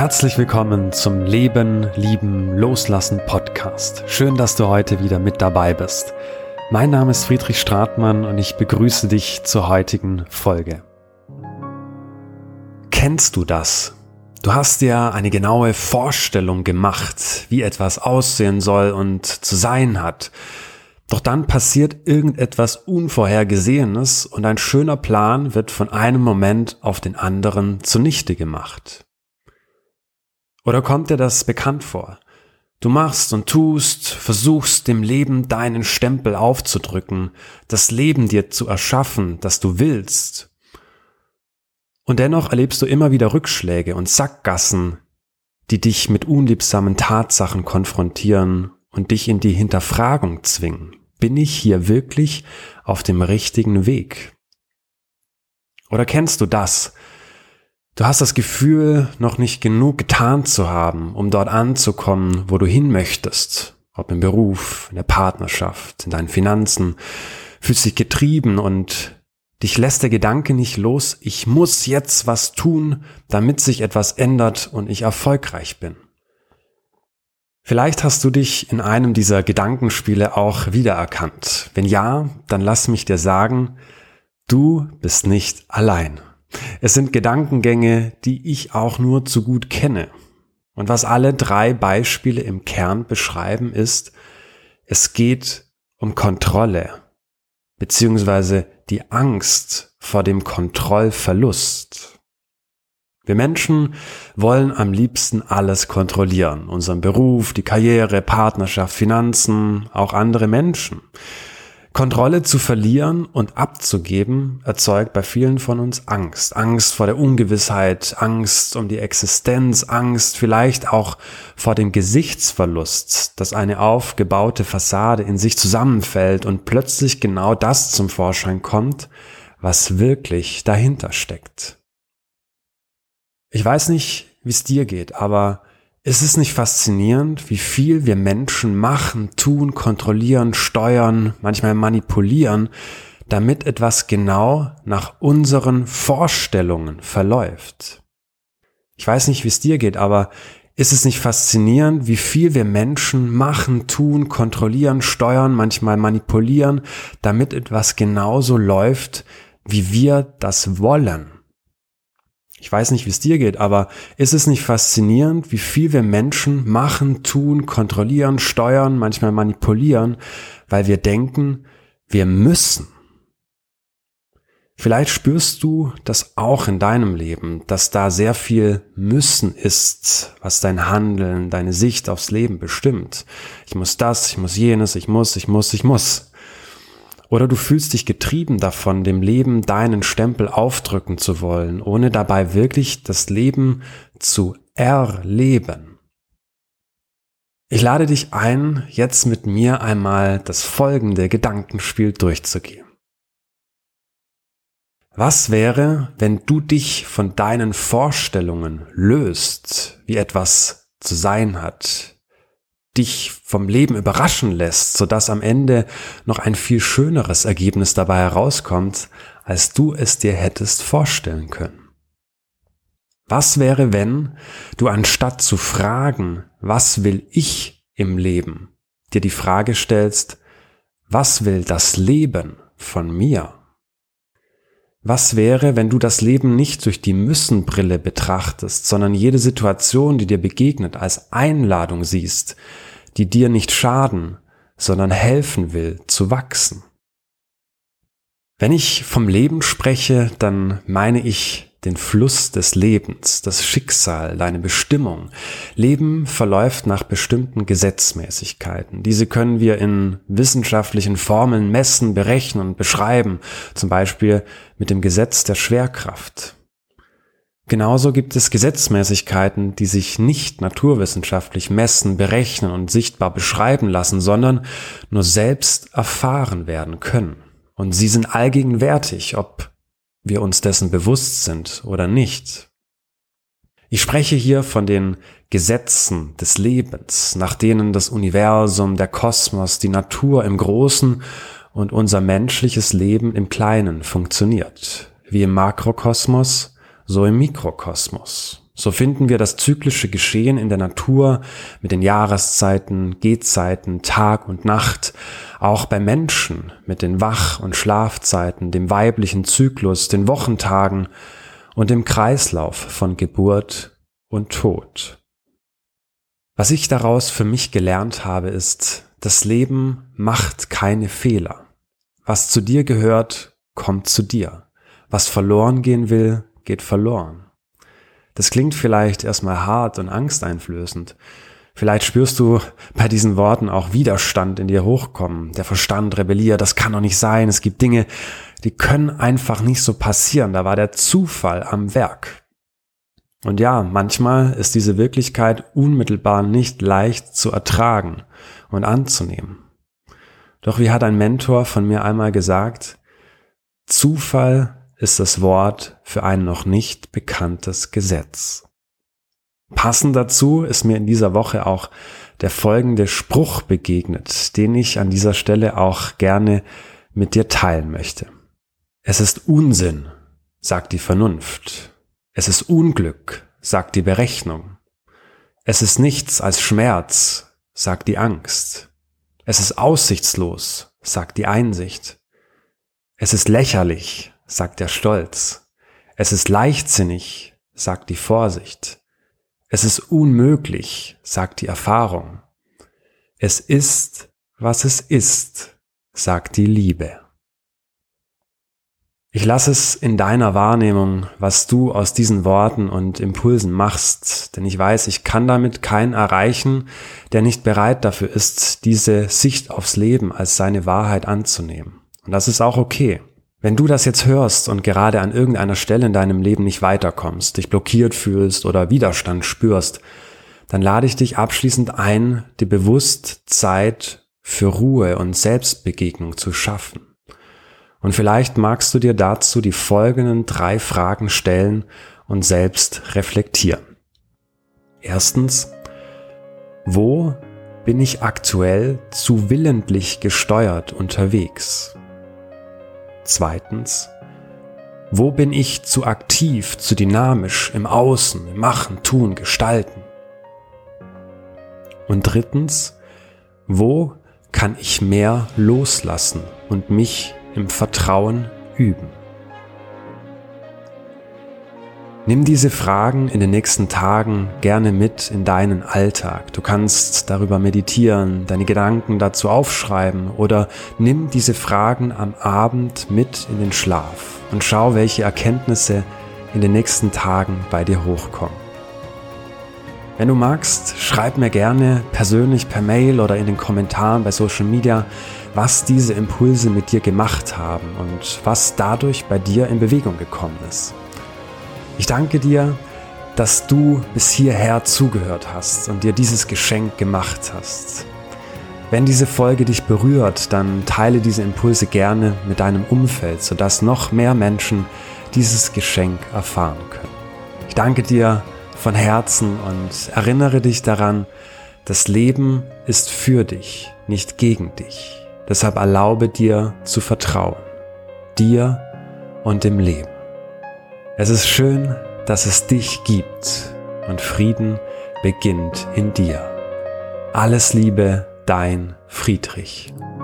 Herzlich willkommen zum Leben, Lieben, Loslassen Podcast. Schön, dass du heute wieder mit dabei bist. Mein Name ist Friedrich Stratmann und ich begrüße dich zur heutigen Folge. Kennst du das? Du hast dir eine genaue Vorstellung gemacht, wie etwas aussehen soll und zu sein hat. Doch dann passiert irgendetwas Unvorhergesehenes und ein schöner Plan wird von einem Moment auf den anderen zunichte gemacht. Oder kommt dir das bekannt vor? Du machst und tust, versuchst dem Leben deinen Stempel aufzudrücken, das Leben dir zu erschaffen, das du willst. Und dennoch erlebst du immer wieder Rückschläge und Sackgassen, die dich mit unliebsamen Tatsachen konfrontieren und dich in die Hinterfragung zwingen. Bin ich hier wirklich auf dem richtigen Weg? Oder kennst du das? Du hast das Gefühl, noch nicht genug getan zu haben, um dort anzukommen, wo du hin möchtest. Ob im Beruf, in der Partnerschaft, in deinen Finanzen. Fühlst dich getrieben und dich lässt der Gedanke nicht los, ich muss jetzt was tun, damit sich etwas ändert und ich erfolgreich bin. Vielleicht hast du dich in einem dieser Gedankenspiele auch wiedererkannt. Wenn ja, dann lass mich dir sagen, du bist nicht allein. Es sind Gedankengänge, die ich auch nur zu gut kenne. Und was alle drei Beispiele im Kern beschreiben ist, es geht um Kontrolle, beziehungsweise die Angst vor dem Kontrollverlust. Wir Menschen wollen am liebsten alles kontrollieren. Unseren Beruf, die Karriere, Partnerschaft, Finanzen, auch andere Menschen. Kontrolle zu verlieren und abzugeben erzeugt bei vielen von uns Angst. Angst vor der Ungewissheit, Angst um die Existenz, Angst vielleicht auch vor dem Gesichtsverlust, dass eine aufgebaute Fassade in sich zusammenfällt und plötzlich genau das zum Vorschein kommt, was wirklich dahinter steckt. Ich weiß nicht, wie es dir geht, aber ist es nicht faszinierend, wie viel wir Menschen machen, tun, kontrollieren, steuern, manchmal manipulieren, damit etwas genau nach unseren Vorstellungen verläuft? Ich weiß nicht, wie es dir geht, aber ist es nicht faszinierend, wie viel wir Menschen machen, tun, kontrollieren, steuern, manchmal manipulieren, damit etwas genauso läuft, wie wir das wollen? Ich weiß nicht, wie es dir geht, aber ist es nicht faszinierend, wie viel wir Menschen machen, tun, kontrollieren, steuern, manchmal manipulieren, weil wir denken, wir müssen. Vielleicht spürst du das auch in deinem Leben, dass da sehr viel Müssen ist, was dein Handeln, deine Sicht aufs Leben bestimmt. Ich muss das, ich muss jenes, ich muss. Oder du fühlst dich getrieben davon, dem Leben deinen Stempel aufdrücken zu wollen, ohne dabei wirklich das Leben zu erleben. Ich lade dich ein, jetzt mit mir einmal das folgende Gedankenspiel durchzugehen. Was wäre, wenn du dich von deinen Vorstellungen löst, wie etwas zu sein hat, dich vom Leben überraschen lässt, sodass am Ende noch ein viel schöneres Ergebnis dabei herauskommt, als du es dir hättest vorstellen können? Was wäre, wenn du anstatt zu fragen, was will ich im Leben, dir die Frage stellst, was will das Leben von mir? Was wäre, wenn du das Leben nicht durch die Müssenbrille betrachtest, sondern jede Situation, die dir begegnet, als Einladung siehst, die dir nicht schaden, sondern helfen will, zu wachsen? Wenn ich vom Leben spreche, dann meine ich den Fluss des Lebens, das Schicksal, deine Bestimmung. Leben verläuft nach bestimmten Gesetzmäßigkeiten. Diese können wir in wissenschaftlichen Formeln messen, berechnen und beschreiben, zum Beispiel mit dem Gesetz der Schwerkraft. Genauso gibt es Gesetzmäßigkeiten, die sich nicht naturwissenschaftlich messen, berechnen und sichtbar beschreiben lassen, sondern nur selbst erfahren werden können. Und sie sind allgegenwärtig, ob wir uns dessen bewusst sind oder nicht. Ich spreche hier von den Gesetzen des Lebens, nach denen das Universum, der Kosmos, die Natur im Großen und unser menschliches Leben im Kleinen funktioniert. Wie im Makrokosmos, so im Mikrokosmos. So finden wir das zyklische Geschehen in der Natur mit den Jahreszeiten, Gehzeiten, Tag und Nacht, auch bei Menschen mit den Wach- und Schlafzeiten, dem weiblichen Zyklus, den Wochentagen und dem Kreislauf von Geburt und Tod. Was ich daraus für mich gelernt habe, ist, das Leben macht keine Fehler. Was zu dir gehört, kommt zu dir. Was verloren gehen will, geht verloren. Das klingt vielleicht erstmal hart und angsteinflößend. Vielleicht spürst du bei diesen Worten auch Widerstand in dir hochkommen. Der Verstand rebelliert, das kann doch nicht sein. Es gibt Dinge, die können einfach nicht so passieren. Da war der Zufall am Werk. Und ja, manchmal ist diese Wirklichkeit unmittelbar nicht leicht zu ertragen und anzunehmen. Doch wie hat ein Mentor von mir einmal gesagt, Zufall ist das Wort für ein noch nicht bekanntes Gesetz. Passend dazu ist mir in dieser Woche auch der folgende Spruch begegnet, den ich an dieser Stelle auch gerne mit dir teilen möchte. Es ist Unsinn, sagt die Vernunft. Es ist Unglück, sagt die Berechnung. Es ist nichts als Schmerz, sagt die Angst. Es ist aussichtslos, sagt die Einsicht. Es ist lächerlich, sagt der Stolz. Es ist leichtsinnig, sagt die Vorsicht. Es ist unmöglich, sagt die Erfahrung. Es ist, was es ist, sagt die Liebe. Ich lasse es in deiner Wahrnehmung, was du aus diesen Worten und Impulsen machst, denn ich weiß, ich kann damit keinen erreichen, der nicht bereit dafür ist, diese Sicht aufs Leben als seine Wahrheit anzunehmen. Und das ist auch okay. Wenn du das jetzt hörst und gerade an irgendeiner Stelle in deinem Leben nicht weiterkommst, dich blockiert fühlst oder Widerstand spürst, dann lade ich dich abschließend ein, dir bewusst Zeit für Ruhe und Selbstbegegnung zu schaffen. Und vielleicht magst du dir dazu die folgenden 3 Fragen stellen und selbst reflektieren. Erstens, wo bin ich aktuell zu willentlich gesteuert unterwegs? Zweitens, wo bin ich zu aktiv, zu dynamisch im Außen, im Machen, Tun, Gestalten? Und drittens, wo kann ich mehr loslassen und mich im Vertrauen üben? Nimm diese Fragen in den nächsten Tagen gerne mit in deinen Alltag. Du kannst darüber meditieren, deine Gedanken dazu aufschreiben oder nimm diese Fragen am Abend mit in den Schlaf und schau, welche Erkenntnisse in den nächsten Tagen bei dir hochkommen. Wenn du magst, schreib mir gerne persönlich per Mail oder in den Kommentaren bei Social Media, was diese Impulse mit dir gemacht haben und was dadurch bei dir in Bewegung gekommen ist. Ich danke dir, dass du bis hierher zugehört hast und dir dieses Geschenk gemacht hast. Wenn diese Folge dich berührt, dann teile diese Impulse gerne mit deinem Umfeld, sodass noch mehr Menschen dieses Geschenk erfahren können. Ich danke dir von Herzen und erinnere dich daran, das Leben ist für dich, nicht gegen dich. Deshalb erlaube dir zu vertrauen, dir und dem Leben. Es ist schön, dass es dich gibt und Frieden beginnt in dir. Alles Liebe, dein Friedrich.